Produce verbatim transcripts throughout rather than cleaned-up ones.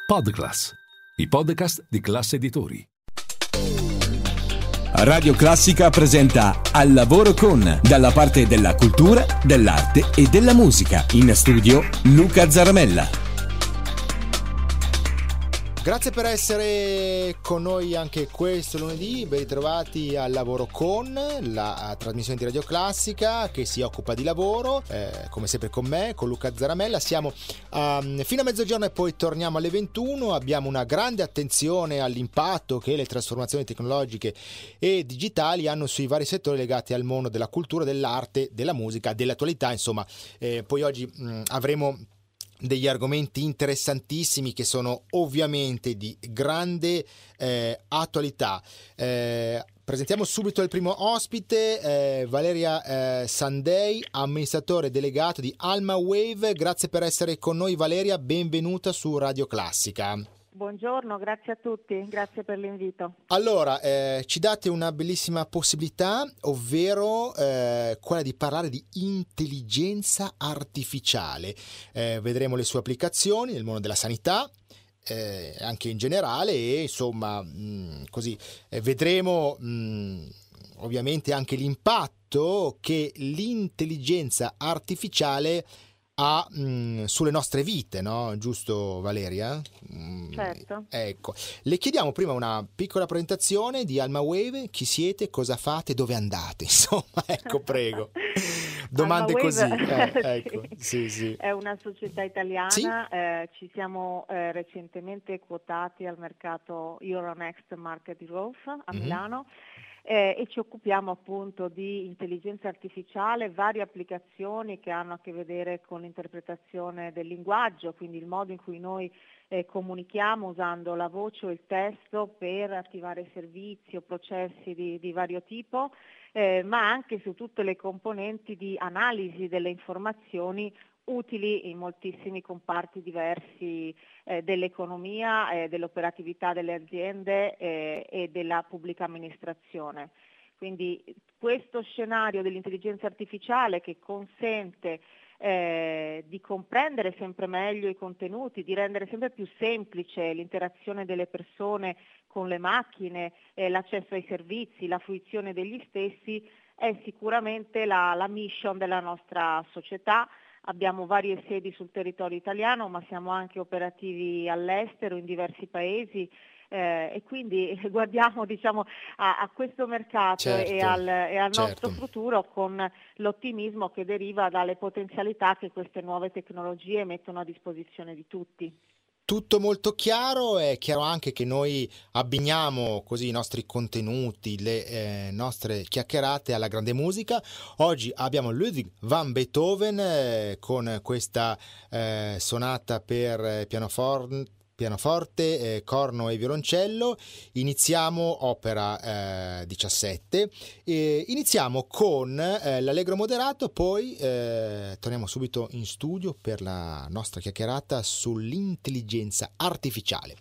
Podclass, i podcast di Class Editori. Radio Classica presenta Al lavoro con, dalla parte della cultura, dell'arte e della musica. In studio Luca Zaramella. Grazie per essere con noi anche questo lunedì, ben ritrovati al lavoro con, la trasmissione di Radio Classica che si occupa di lavoro, eh, come sempre con me, con Luca Zaramella. Siamo um, fino a mezzogiorno e poi torniamo alle ventuno. Abbiamo una grande attenzione all'impatto che le trasformazioni tecnologiche e digitali hanno sui vari settori legati al mondo della cultura, dell'arte, della musica, dell'attualità, insomma. Eh, poi oggi mh, avremo degli argomenti interessantissimi che sono ovviamente di grande eh, attualità. Eh, presentiamo subito il primo ospite, eh, Valeria eh, Sandei, amministratore delegato di Alma Wave. Grazie per essere con noi, Valeria, benvenuta su Radio Classica. Buongiorno, grazie a tutti, grazie per l'invito. Allora, eh, ci date una bellissima possibilità, ovvero eh, quella di parlare di intelligenza artificiale. Eh, vedremo le sue applicazioni nel mondo della sanità, eh, anche in generale, e insomma, mh, così eh, vedremo mh, ovviamente anche l'impatto che l'intelligenza artificiale ha mh, sulle nostre vite, no? Giusto, Valeria? Mm, certo. Ecco, le chiediamo prima una piccola presentazione di Alma Wave. Chi siete, cosa fate, dove andate? Insomma, ecco, prego. Domande Alma così. Wave, Eh, ecco, sì, sì. È una società italiana, Sì? eh, ci siamo eh, recentemente quotati al mercato Euronext Market Growth a Mm-hmm. Milano. Eh, e ci occupiamo appunto di intelligenza artificiale, varie applicazioni che hanno a che vedere con l'interpretazione del linguaggio, quindi il modo in cui noi eh, comunichiamo usando la voce o il testo per attivare servizi o processi di, di vario tipo, eh, ma anche su tutte le componenti di analisi delle informazioni utili in moltissimi comparti diversi eh, dell'economia, eh, dell'operatività delle aziende eh, e della pubblica amministrazione. Quindi questo scenario dell'intelligenza artificiale che consente eh, di comprendere sempre meglio i contenuti, di rendere sempre più semplice l'interazione delle persone con le macchine, eh, l'accesso ai servizi, la fruizione degli stessi, è sicuramente la, la mission della nostra società. Abbiamo varie sedi sul territorio italiano, ma siamo anche operativi all'estero in diversi paesi eh, e quindi guardiamo diciamo, a, a questo mercato Certo, e al, e al certo. nostro futuro con l'ottimismo che deriva dalle potenzialità che queste nuove tecnologie mettono a disposizione di tutti. Tutto molto chiaro, è chiaro anche che noi abbiniamo così i nostri contenuti, le eh, nostre chiacchierate alla grande musica. Oggi abbiamo Ludwig van Beethoven eh, con questa eh, sonata per pianoforte, pianoforte eh, corno e violoncello. Iniziamo opera eh, diciassette e iniziamo con eh, l'allegro moderato, poi eh, torniamo subito in studio per la nostra chiacchierata sull'intelligenza artificiale.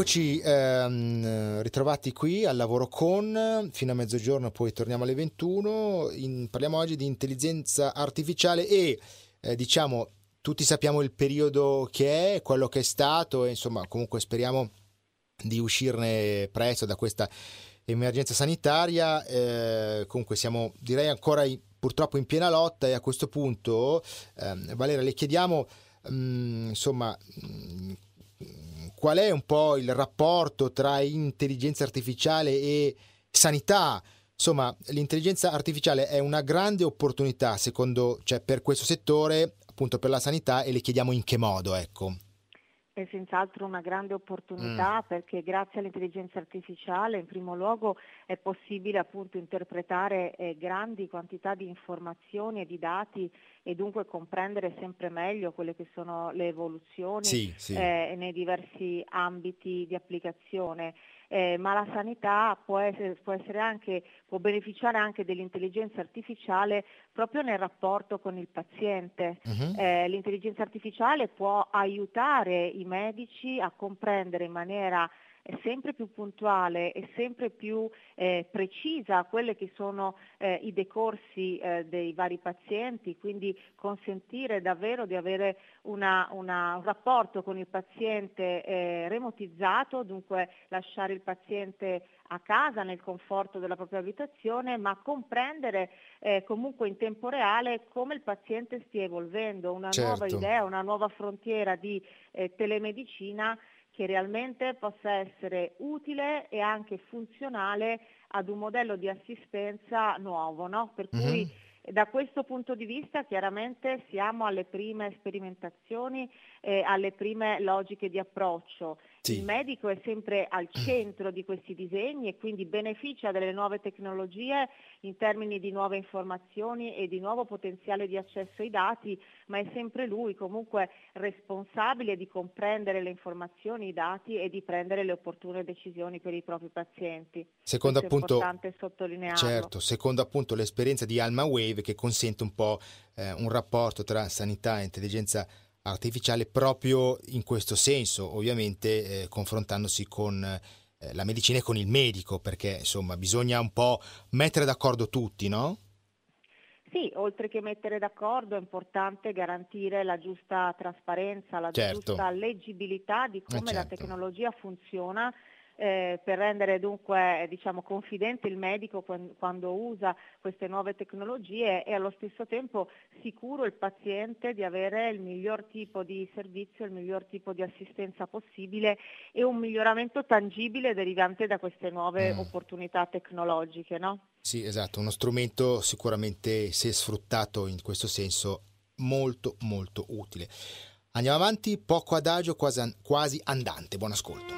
Eccoci ehm, ritrovati qui al Lavoro Con fino a mezzogiorno, poi torniamo alle ventuno. In, parliamo oggi di intelligenza artificiale e eh, diciamo tutti sappiamo il periodo che è, quello che è stato e insomma comunque speriamo di uscirne presto da questa emergenza sanitaria. Eh, comunque siamo direi ancora in, purtroppo in piena lotta e a questo punto ehm, Valeria le chiediamo mh, insomma mh, qual è un po' il rapporto tra intelligenza artificiale e sanità? Insomma, l'intelligenza artificiale è una grande opportunità, secondo, cioè per questo settore, appunto per la sanità, e le chiediamo in che modo, ecco. È senz'altro una grande opportunità mm. perché grazie all'intelligenza artificiale in primo luogo è possibile appunto interpretare eh, grandi quantità di informazioni e di dati e dunque comprendere sempre meglio quelle che sono le evoluzioni sì, sì. Eh, nei diversi ambiti di applicazione. Eh, ma la sanità può essere, può essere anche, può beneficiare anche dell'intelligenza artificiale proprio nel rapporto con il paziente. Uh-huh. Eh, l'intelligenza artificiale può aiutare i medici a comprendere in maniera è sempre più puntuale e sempre più eh, precisa quelle che sono eh, i decorsi eh, dei vari pazienti, quindi consentire davvero di avere una, una, un rapporto con il paziente eh, remotizzato, dunque lasciare il paziente a casa nel conforto della propria abitazione, ma comprendere eh, comunque in tempo reale come il paziente stia evolvendo, una certo. nuova idea, una nuova frontiera di eh, telemedicina che realmente possa essere utile e anche funzionale ad un modello di assistenza nuovo, no? Per cui mm-hmm. da questo punto di vista chiaramente siamo alle prime sperimentazioni, eh, alle prime logiche di approccio. Sì. Il medico è sempre al centro di questi disegni e quindi beneficia delle nuove tecnologie in termini di nuove informazioni e di nuovo potenziale di accesso ai dati, ma è sempre lui comunque responsabile di comprendere le informazioni, i dati e di prendere le opportune decisioni per i propri pazienti. Secondo Questo appunto, è importante sottolinearlo. Certo, secondo appunto l'esperienza di Alma Wave che consente un po' eh, un rapporto tra sanità e intelligenza artificiale proprio in questo senso, ovviamente eh, confrontandosi con eh, la medicina e con il medico, perché insomma bisogna un po' mettere d'accordo tutti, no? Sì, oltre che mettere d'accordo è importante garantire la giusta trasparenza, la certo. giusta leggibilità di come eh certo. la tecnologia funziona eh, per rendere dunque diciamo confidente il medico quando, quando usa queste nuove tecnologie e allo stesso tempo sicuro il paziente di avere il miglior tipo di servizio, il miglior tipo di assistenza possibile e un miglioramento tangibile derivante da queste nuove mm. opportunità tecnologiche, no? Sì, esatto, uno strumento sicuramente, se sfruttato in questo senso, molto molto utile. Andiamo avanti, poco adagio, quasi, quasi andante. Buon ascolto.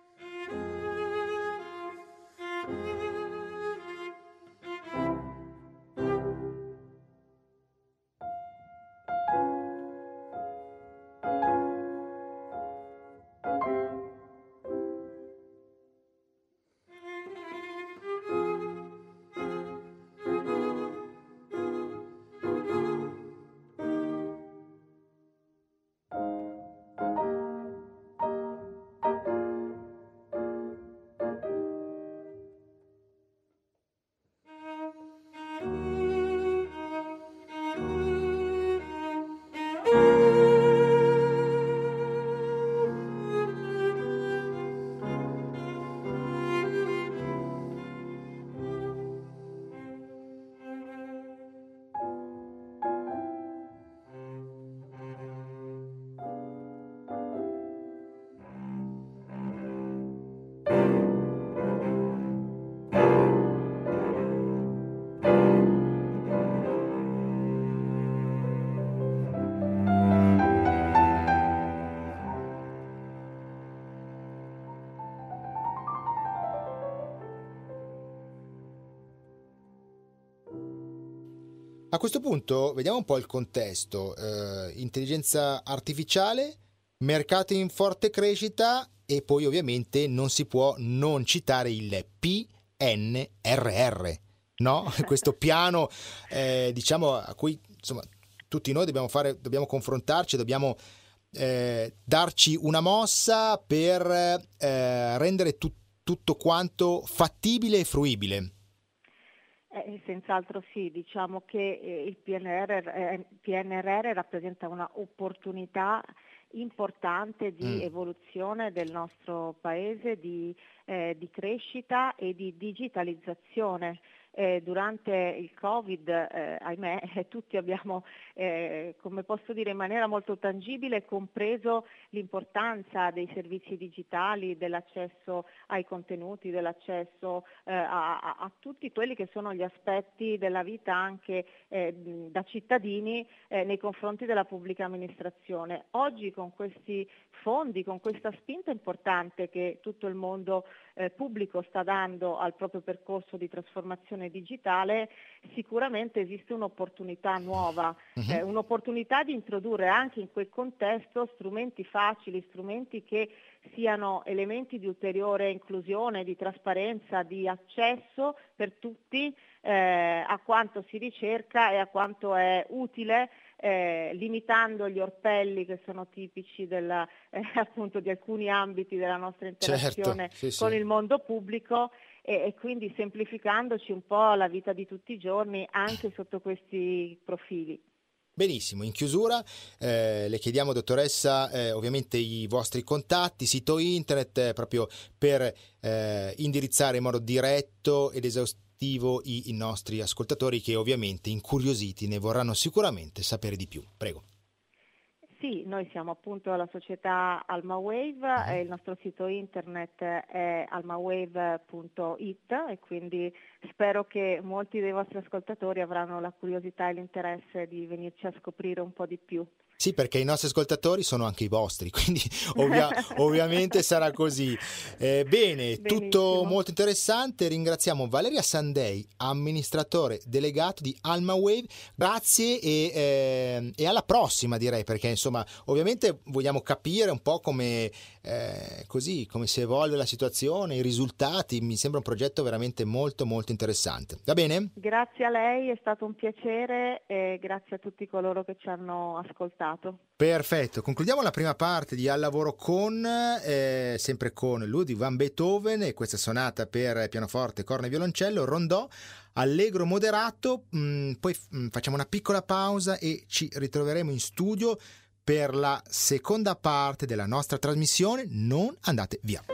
A questo punto vediamo un po' il contesto, eh, intelligenza artificiale, mercato in forte crescita e poi ovviamente non si può non citare il P N R R, no? Questo piano eh, diciamo a cui insomma tutti noi dobbiamo fare, dobbiamo confrontarci, dobbiamo eh, darci una mossa per eh, rendere tu- tutto quanto fattibile e fruibile. Eh, senz'altro sì, diciamo che eh, il P N R R, eh, P N R R rappresenta una opportunità importante di Mm. evoluzione del nostro paese, di, eh, di crescita e di digitalizzazione. Eh, durante il Covid, eh, ahimè, eh, tutti abbiamo, eh, come posso dire, in maniera molto tangibile compreso l'importanza dei servizi digitali, dell'accesso ai contenuti, dell'accesso eh, a, a, a tutti quelli che sono gli aspetti della vita anche eh, da cittadini eh, nei confronti della pubblica amministrazione. Oggi con questi fondi, con questa spinta importante che tutto il mondo eh, pubblico sta dando al proprio percorso di trasformazione digitale, sicuramente esiste un'opportunità nuova, Mhm. eh, un'opportunità di introdurre anche in quel contesto strumenti facili, strumenti che siano elementi di ulteriore inclusione, di trasparenza, di accesso per tutti eh, a quanto si ricerca e a quanto è utile, eh, limitando gli orpelli che sono tipici della, eh, appunto di alcuni ambiti della nostra interazione Certo, sì, con sì. il mondo pubblico e, e quindi semplificandoci un po' la vita di tutti i giorni anche sotto questi profili. Benissimo, in chiusura eh, le chiediamo, dottoressa, eh, ovviamente i vostri contatti, sito internet, eh, proprio per eh, indirizzare in modo diretto ed esaustivo i, i nostri ascoltatori che ovviamente incuriositi ne vorranno sicuramente sapere di più. Prego. Sì, noi siamo appunto la società AlmaWave Mhm. e il nostro sito internet è almawave punto it e quindi spero che molti dei vostri ascoltatori avranno la curiosità e l'interesse di venirci a scoprire un po' di più. Sì, perché i nostri ascoltatori sono anche i vostri, quindi ovvia- ovviamente sarà così. Eh, bene, tutto Benissimo. molto interessante. Ringraziamo Valeria Sandei, amministratore delegato di AlmaWave. Grazie e, eh, e alla prossima, direi, perché insomma, ovviamente vogliamo capire un po' come, eh, così, come si evolve la situazione, i risultati. Mi sembra un progetto veramente molto molto interessante. Va bene? Grazie a lei, è stato un piacere e grazie a tutti coloro che ci hanno ascoltato. Perfetto, concludiamo la prima parte di Al lavoro con, eh, sempre con Ludwig van Beethoven e questa sonata per pianoforte, corno e violoncello, rondò, allegro moderato, mh, poi mh, facciamo una piccola pausa e ci ritroveremo in studio per la seconda parte della nostra trasmissione. Non andate via.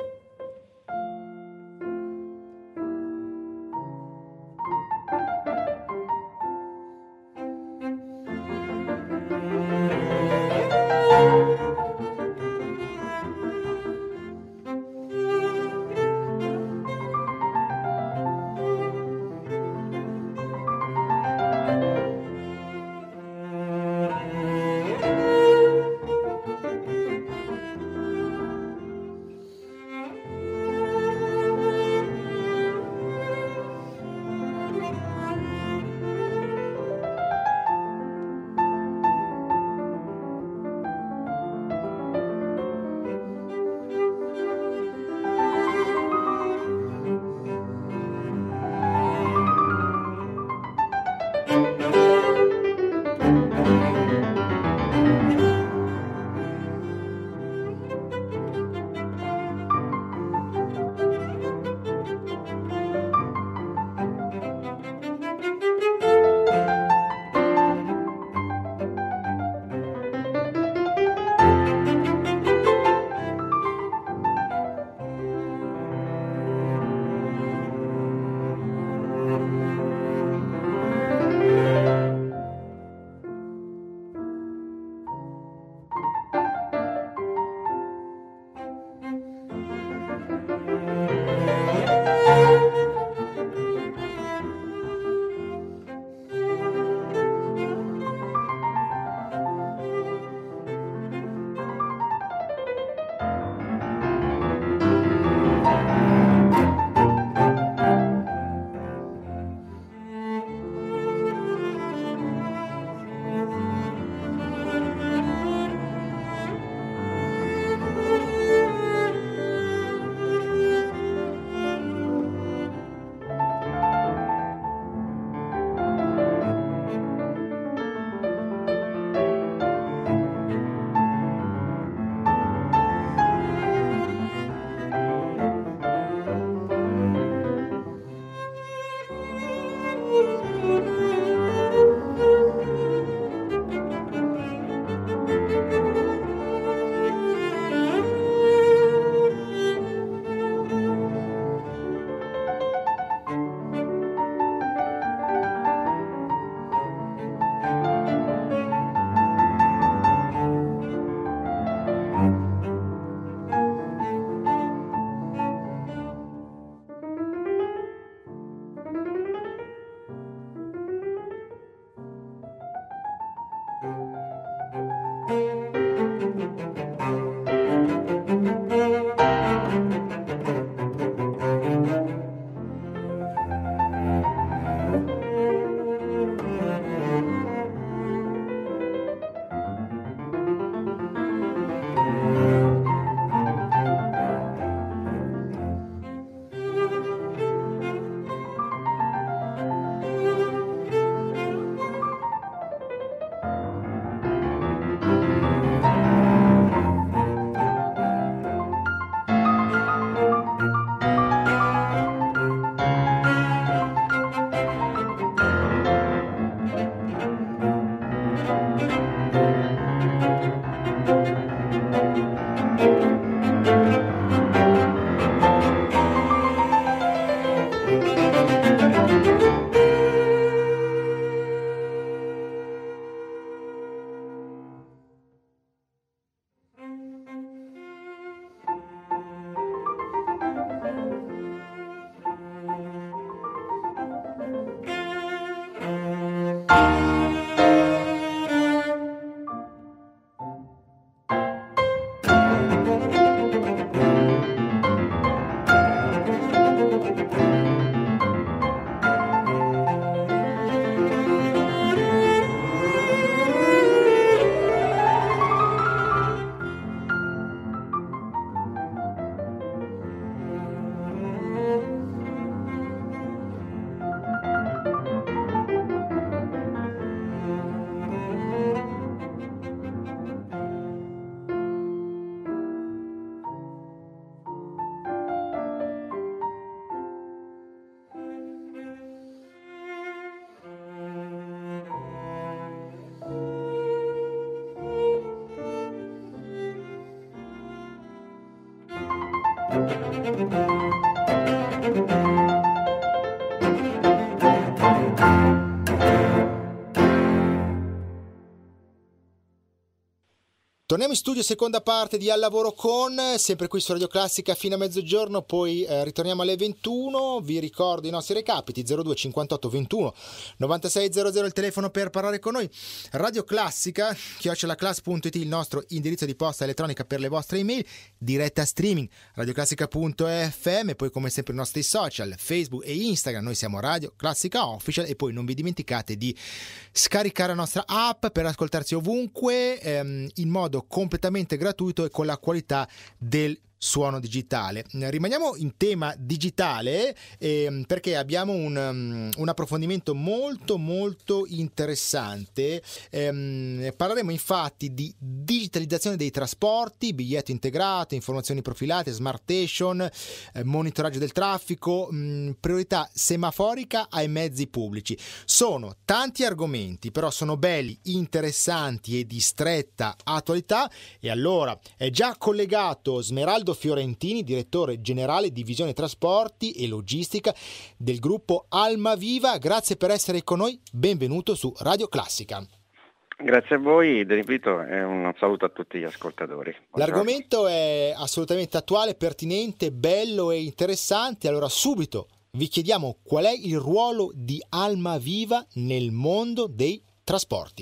Torniamo in studio, seconda parte di Al Lavoro Con, sempre qui su Radio Classica fino a mezzogiorno, poi eh, ritorniamo alle ventuno. Vi ricordo i nostri recapiti: zero due cinquantotto ventuno novantasei zero zero il telefono per parlare con noi. Radio Classica chiocciolaclass punto it il nostro indirizzo di posta elettronica per le vostre email, diretta streaming radioclassica punto effe emme, poi come sempre i nostri social Facebook e Instagram, noi siamo Radio Classica Official, e poi non vi dimenticate di scaricare la nostra app per ascoltarci ovunque ehm, in modo completamente gratuito e con la qualità del suono digitale. Rimaniamo in tema digitale eh, perché abbiamo un, um, un approfondimento molto molto interessante. Eh, parleremo infatti di digitalizzazione dei trasporti, biglietto integrato, informazioni profilate, smart station, eh, monitoraggio del traffico, mh, priorità semaforica ai mezzi pubblici. Sono tanti argomenti, però sono belli, interessanti e di stretta attualità, e allora è già collegato Smeraldo Fiorentini, direttore generale divisione trasporti e logistica del gruppo Almaviva. Grazie per essere con noi, benvenuto su Radio Classica. Grazie a voi dell'invito e un saluto a tutti gli ascoltatori. Buongiorno. L'argomento è assolutamente attuale, pertinente, bello e interessante. Allora subito vi chiediamo qual è il ruolo di Almaviva nel mondo dei trasporti.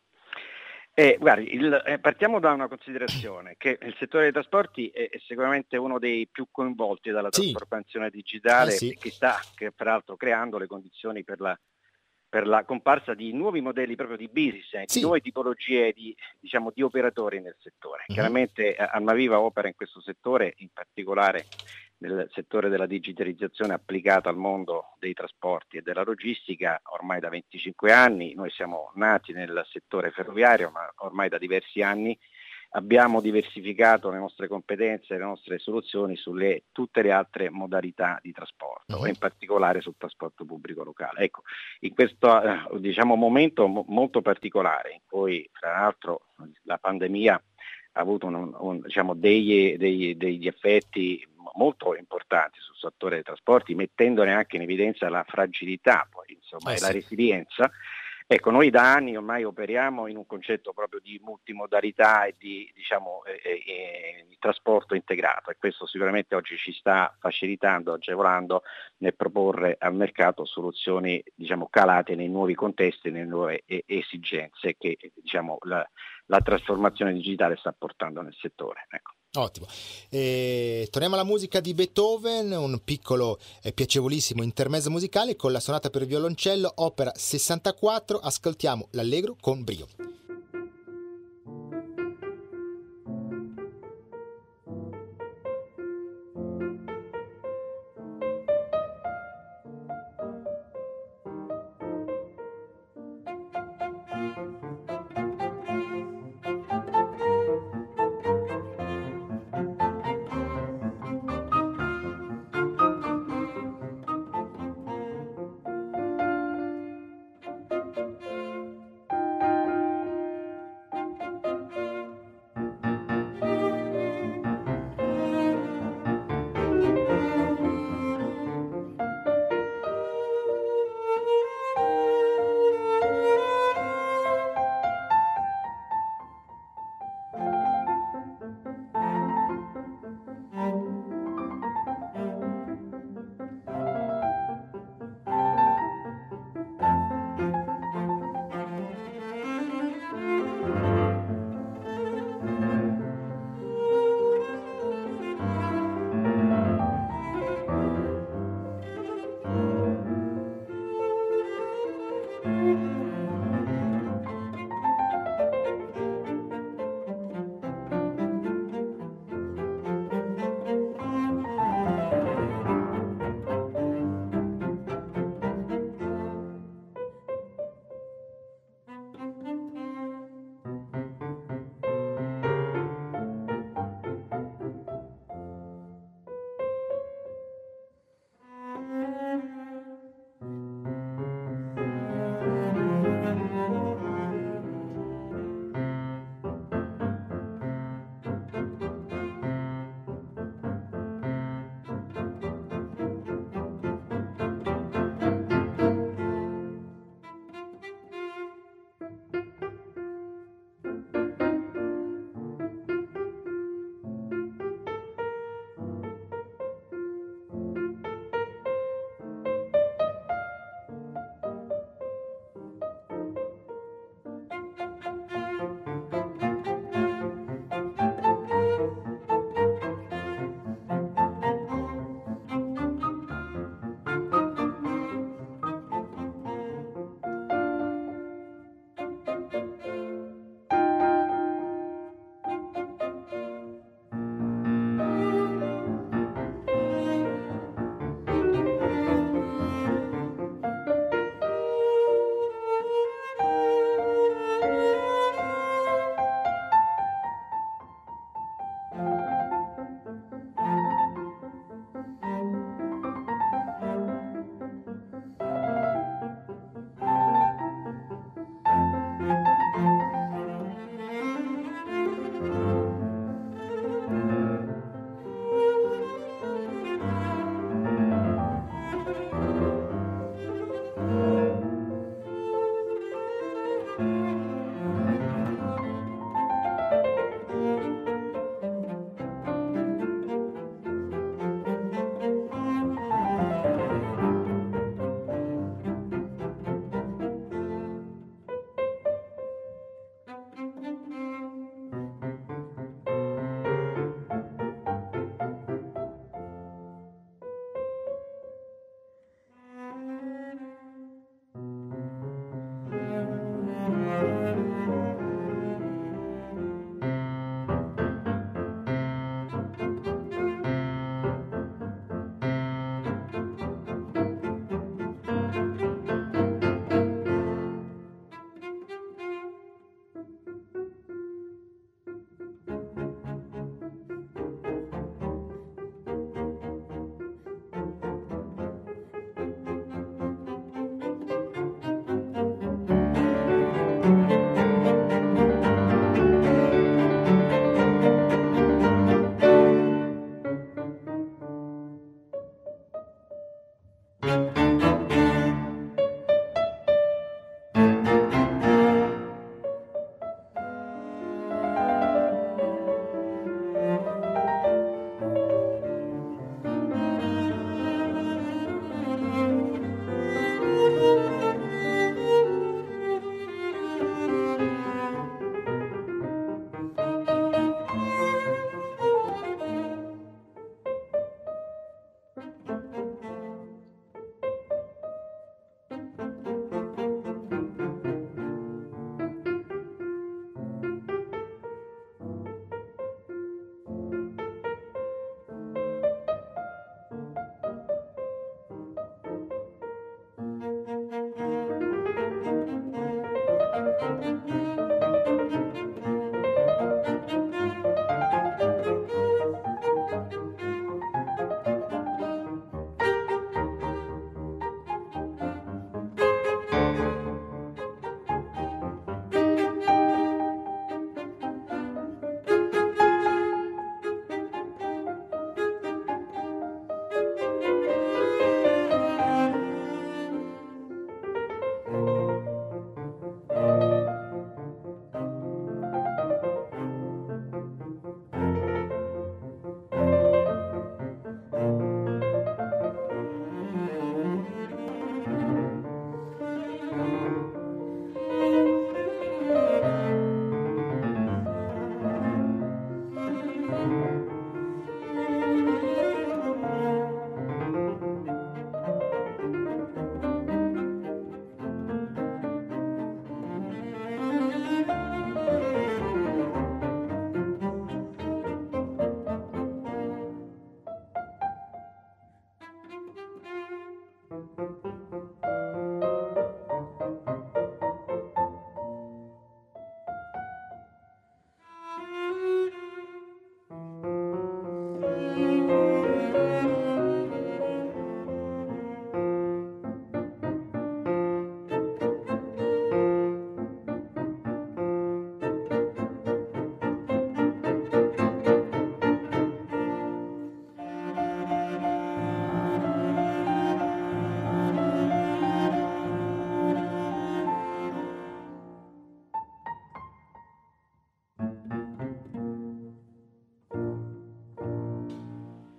Eh, guardi, il, eh, partiamo da una considerazione, che il settore dei trasporti è, è sicuramente uno dei più coinvolti dalla sì. trasformazione digitale, eh sì. che sta che peraltro creando le condizioni per la, per la comparsa di nuovi modelli proprio di business, eh, sì. di nuove tipologie di, diciamo, di operatori nel settore. Mm-hmm. Chiaramente eh, Almaviva opera in questo settore, in particolare nel settore della digitalizzazione applicata al mondo dei trasporti e della logistica ormai da venticinque anni. Noi siamo nati nel settore ferroviario, ma ormai da diversi anni abbiamo diversificato le nostre competenze e le nostre soluzioni sulle tutte le altre modalità di trasporto, uh-huh. e in particolare sul trasporto pubblico locale. Ecco, in questo eh, diciamo momento mo- molto particolare, in cui tra l'altro la pandemia ha avuto un, un, diciamo, degli, degli, degli effetti molto importanti sul settore dei trasporti, mettendone anche in evidenza la fragilità poi, insomma, eh e sì. la resilienza. Ecco, noi da anni ormai operiamo in un concetto proprio di multimodalità e di diciamo, eh, eh, di trasporto integrato, e questo sicuramente oggi ci sta facilitando, agevolando nel proporre al mercato soluzioni diciamo, calate nei nuovi contesti, nelle nuove eh, esigenze che diciamo, la, la trasformazione digitale sta portando nel settore. Ecco. Ottimo. E torniamo alla musica di Beethoven, un piccolo e piacevolissimo intermezzo musicale con la sonata per violoncello, opera sessantaquattro. Ascoltiamo l'Allegro con brio.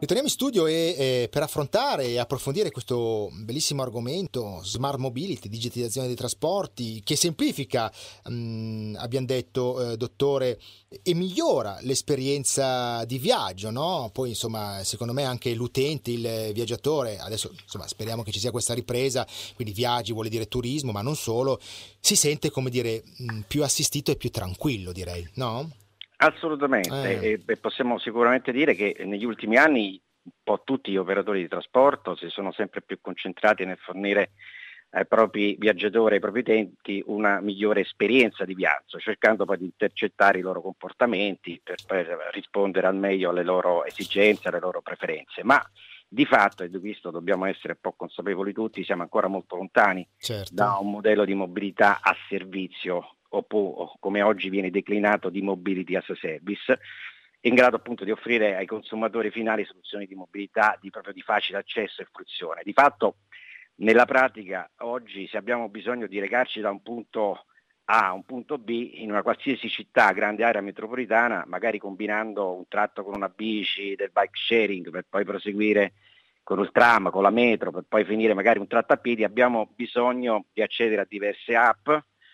Ritorniamo in studio e eh, per affrontare e approfondire questo bellissimo argomento, smart mobility, digitalizzazione dei trasporti, che semplifica, mh, abbiamo detto, eh, dottore, e migliora l'esperienza di viaggio, no? Poi insomma, secondo me anche l'utente, il viaggiatore, adesso insomma speriamo che ci sia questa ripresa, quindi viaggi vuole dire turismo, ma non solo, si sente, come dire, mh, più assistito e più tranquillo, direi, no? Assolutamente, Eh. e possiamo sicuramente dire che negli ultimi anni un po' tutti gli operatori di trasporto si sono sempre più concentrati nel fornire ai propri viaggiatori, ai propri utenti, una migliore esperienza di viaggio, cercando poi di intercettare i loro comportamenti per poi rispondere al meglio alle loro esigenze, alle loro preferenze. Ma di fatto, e di questo dobbiamo essere un po' consapevoli tutti, siamo ancora molto lontani Certo. da un modello di mobilità a servizio, o come oggi viene declinato di mobility as a service, in grado appunto di offrire ai consumatori finali soluzioni di mobilità di proprio di facile accesso e fruizione. Di fatto nella pratica oggi, se abbiamo bisogno di recarci da un punto A a un punto B in una qualsiasi città, grande area metropolitana, magari combinando un tratto con una bici, del bike sharing, per poi proseguire con il tram, con la metro, per poi finire magari un tratto a piedi, abbiamo bisogno di accedere a diverse app.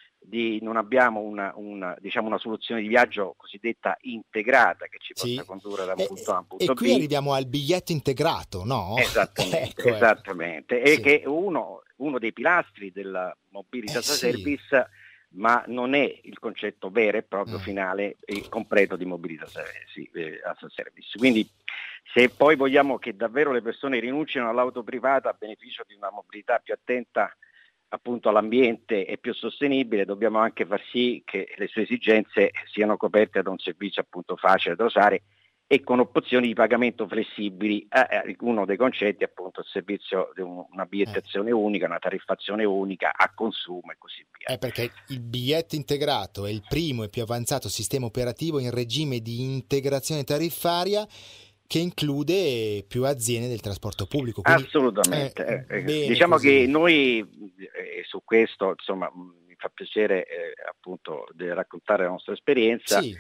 Di, non abbiamo una, una, diciamo una soluzione di viaggio cosiddetta integrata che ci possa Sì. condurre da un E, punto A a un e punto qui B. arriviamo al biglietto integrato, no? Esattamente, ecco, esattamente. Ecco. E Sì. che è uno, uno dei pilastri della mobility Eh, as a sì. service, ma non è il concetto vero e proprio Mm. finale e completo di mobility as a, sì, as a service. Quindi se poi vogliamo che davvero le persone rinunciano all'auto privata a beneficio di una mobilità più attenta appunto all'ambiente e più sostenibile, dobbiamo anche far sì che le sue esigenze siano coperte da un servizio appunto facile da usare e con opzioni di pagamento flessibili. Eh, uno dei concetti è appunto il servizio di un, una bigliettazione eh. unica, una tariffazione unica a consumo e così via. È perché il biglietto integrato è il primo e più avanzato sistema operativo in regime di integrazione tariffaria che include più aziende del trasporto pubblico. Quindi, assolutamente. Eh, diciamo così. che noi eh, su questo insomma mi fa piacere eh, appunto di raccontare la nostra esperienza. Sì.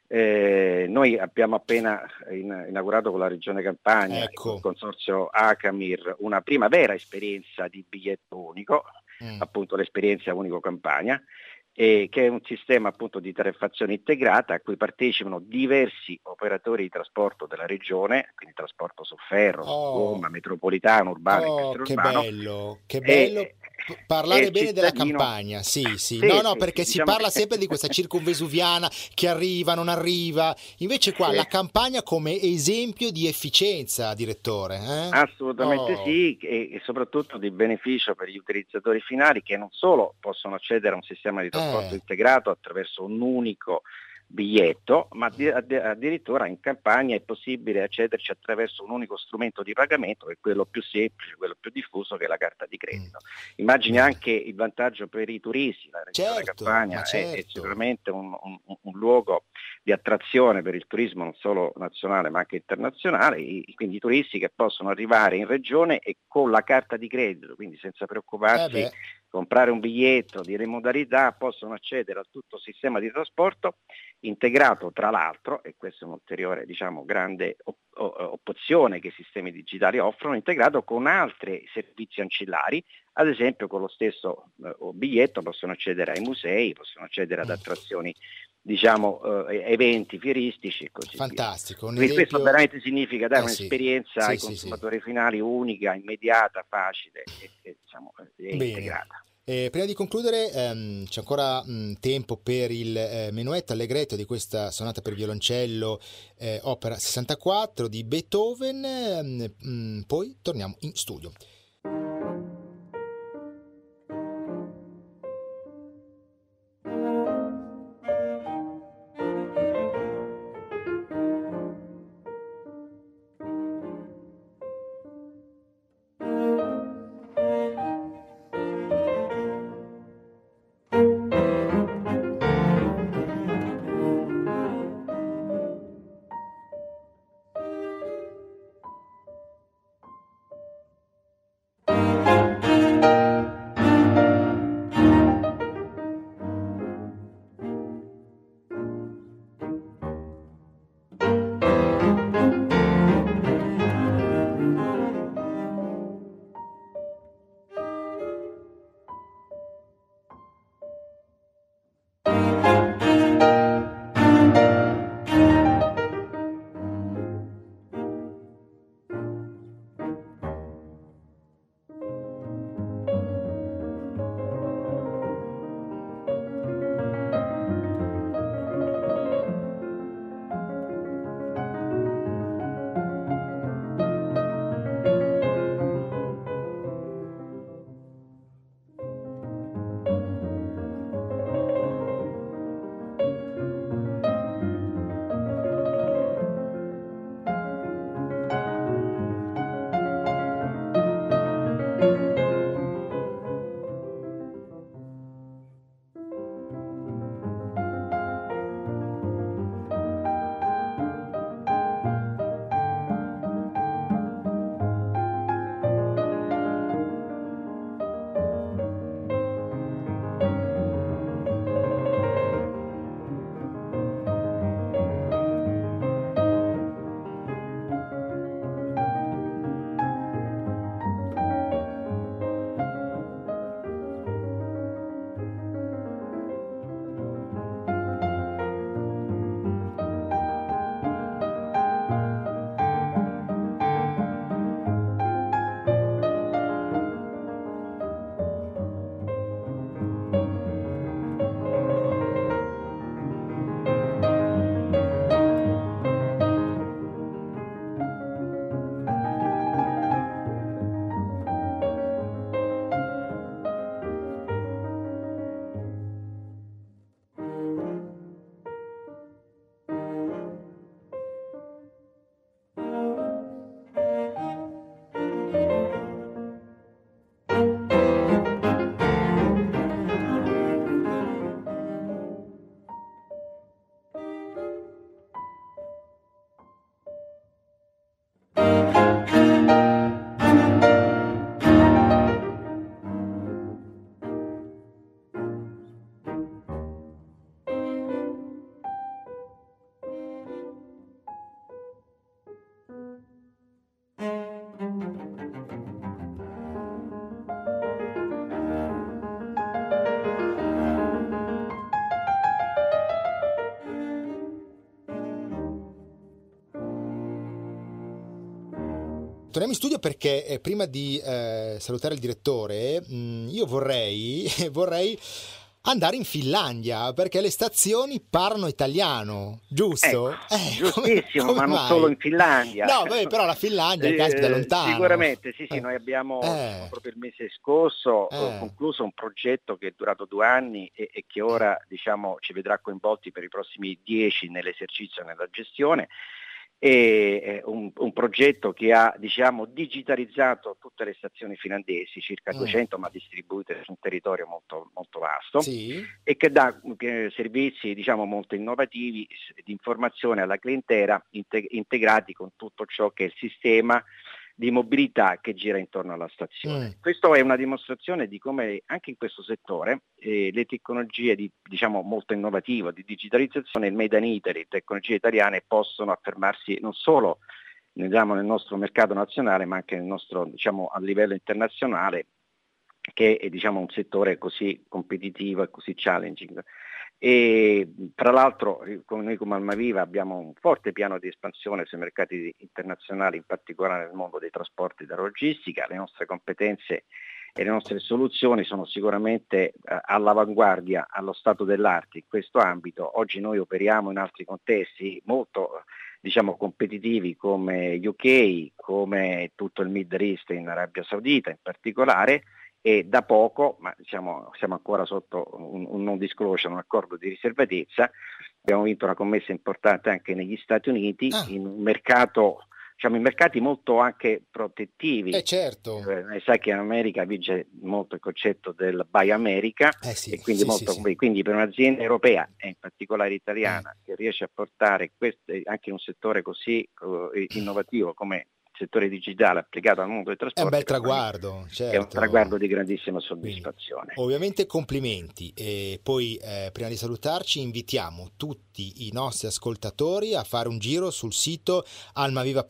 Eh, noi abbiamo appena in, inaugurato con la Regione Campania, ecco. con il consorzio Acamir, una prima vera esperienza di biglietto unico, mm. appunto l'esperienza Unico Campania, e che è un sistema appunto di tariffazione integrata a cui partecipano diversi operatori di trasporto della regione, quindi trasporto su ferro, oh. su gomma, metropolitano, urbano oh, e extraurbano. Che bello, che bello. E, parlare bene cittadino... della Campania, sì, sì, sì no, no, sì, perché sì, si diciamo parla che... sempre di questa circumvesuviana che arriva, non arriva, invece qua sì. la Campania come esempio di efficienza, direttore. Eh? Assolutamente oh. sì, e, e soprattutto di beneficio per gli utilizzatori finali che non solo possono accedere a un sistema di trasporto eh. integrato attraverso un unico biglietto, ma addirittura in Campania è possibile accederci attraverso un unico strumento di pagamento, che è quello più semplice, quello più diffuso, che è la carta di credito. Immagini mm. anche il vantaggio per i turisti. La regione certo, Campania certo. è, è sicuramente un, un, un luogo di attrazione per il turismo non solo nazionale ma anche internazionale, e quindi i turisti che possono arrivare in regione e con la carta di credito, quindi senza preoccuparsi eh comprare un biglietto di modalità, possono accedere a tutto il sistema di trasporto integrato tra l'altro, e questa è un'ulteriore diciamo grande op- opzione che i sistemi digitali offrono, integrato con altri servizi ancillari, ad esempio con lo stesso eh, biglietto possono accedere ai musei, possono accedere ad attrazioni diciamo eh, eventi fieristici e così fantastico, via. esempio... Questo veramente significa dare eh, un'esperienza sì. ai sì, consumatori sì, finali unica, immediata, facile e, e, diciamo, e integrata. Eh, prima di concludere ehm, c'è ancora mh, tempo per il eh, menuetto allegretto di questa sonata per violoncello eh, opera sessantaquattro di Beethoven, ehm, mh, poi torniamo in studio. Torniamo in studio perché eh, prima di eh, salutare il direttore, mh, io vorrei, vorrei andare in Finlandia perché le stazioni parlano italiano, giusto? Ecco, eh, giustissimo, come, come ma non mai? solo in Finlandia. No, beh, però la Finlandia è caspita, Eh, lontano. Sicuramente, sì, sì, Eh. noi abbiamo Eh. proprio il mese scorso Eh. concluso un progetto che è durato due anni e, e che ora diciamo ci vedrà coinvolti per i prossimi dieci nell'esercizio e nella gestione. È un, un progetto che ha diciamo digitalizzato tutte le stazioni finlandesi, circa Mm. duecento, ma distribuite su un territorio molto, molto vasto, Sì. e che dà eh, servizi diciamo molto innovativi di informazione alla clientela inte- integrati con tutto ciò che è il sistema di mobilità che gira intorno alla stazione. Mm. Questo è una dimostrazione di come anche in questo settore eh, le tecnologie di, diciamo, molto innovative, di digitalizzazione, il Made in Italy, tecnologie italiane possono affermarsi non solo diciamo, nel nostro mercato nazionale, ma anche nel nostro, diciamo, a livello internazionale, che è diciamo, un settore così competitivo e così challenging. E tra l'altro come noi come Almaviva abbiamo un forte piano di espansione sui mercati internazionali, in particolare nel mondo dei trasporti e della logistica. Le nostre competenze e le nostre soluzioni sono sicuramente eh, all'avanguardia, allo stato dell'arte in questo ambito. Oggi noi operiamo in altri contesti molto diciamo competitivi come U K, come tutto il Middle East, in Arabia Saudita in particolare, e da poco, ma diciamo siamo ancora sotto un, un non disclosure, un accordo di riservatezza, abbiamo vinto una commessa importante anche negli Stati Uniti, Ah. in un mercato, diciamo in mercati molto anche protettivi. Eh certo. Eh, sai che in America vige molto il concetto del Buy America, Eh sì, e quindi, sì, molto, sì, sì. quindi per un'azienda europea e in particolare italiana che riesce a portare questo anche in un settore così eh, innovativo come il settore digitale applicato al mondo dei È un trasporti, bel traguardo, certo. è un traguardo di grandissima soddisfazione. Quindi, ovviamente complimenti, e poi eh, prima di salutarci invitiamo tutti i nostri ascoltatori a fare un giro sul sito almaviva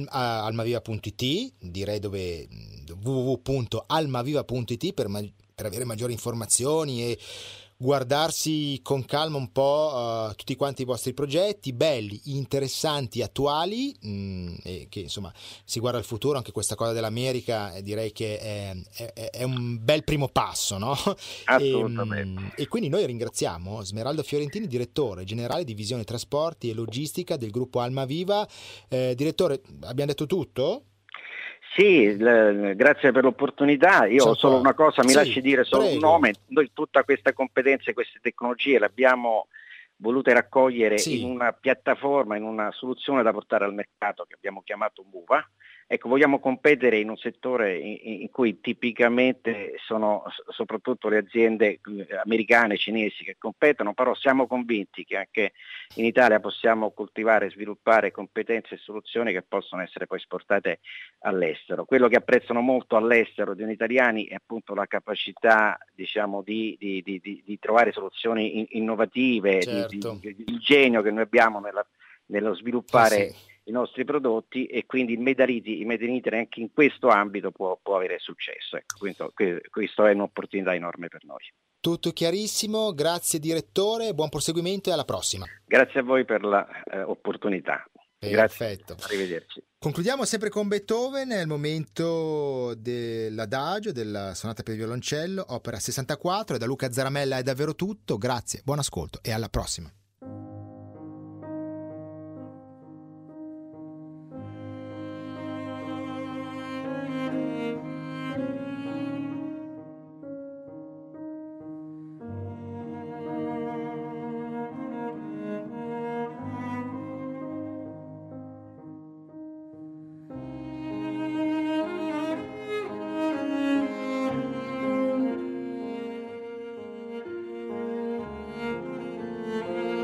punto it, direi dove w w w punto almaviva punto it per, ma- per avere maggiori informazioni e guardarsi con calma un po' uh, tutti quanti i vostri progetti belli, interessanti, attuali, mh, e che insomma si guarda al futuro. Anche questa cosa dell'America eh, direi che è, è, è un bel primo passo, no? Assolutamente. E, e quindi noi ringraziamo Smeraldo Fiorentini, direttore generale divisione trasporti e logistica del gruppo Almaviva. Eh, direttore, abbiamo detto tutto? Sì, l- grazie per l'opportunità. Io ho solo una cosa, mi Sì, lasci dire solo prego. un nome. Noi tutta questa competenza e queste tecnologie le abbiamo volute raccogliere Sì. in una piattaforma, in una soluzione da portare al mercato che abbiamo chiamato Muva. Ecco, vogliamo competere in un settore in, in cui tipicamente sono soprattutto le aziende americane, cinesi che competono, però siamo convinti che anche in Italia possiamo coltivare e sviluppare competenze e soluzioni che possono essere poi esportate all'estero. Quello che apprezzano molto all'estero di noi italiani è appunto la capacità, diciamo, di, di, di, di trovare soluzioni in, innovative, Certo. di, di, il genio che noi abbiamo nella, nello sviluppare Eh sì. i nostri prodotti, e quindi il Made in Italy anche in questo ambito può, può avere successo. Ecco, questo, questo è un'opportunità enorme per noi. Tutto chiarissimo, grazie direttore, buon proseguimento e alla prossima. Grazie a voi per l'opportunità. Eh, Perfetto. Grazie, arrivederci. Concludiamo sempre con Beethoven, è il momento dell'adagio, della sonata per il violoncello, opera sessantaquattro, e da Luca Zaramella è davvero tutto, grazie, buon ascolto e alla prossima. Thank you.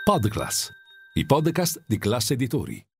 Podclass, i podcast di Classe Editori.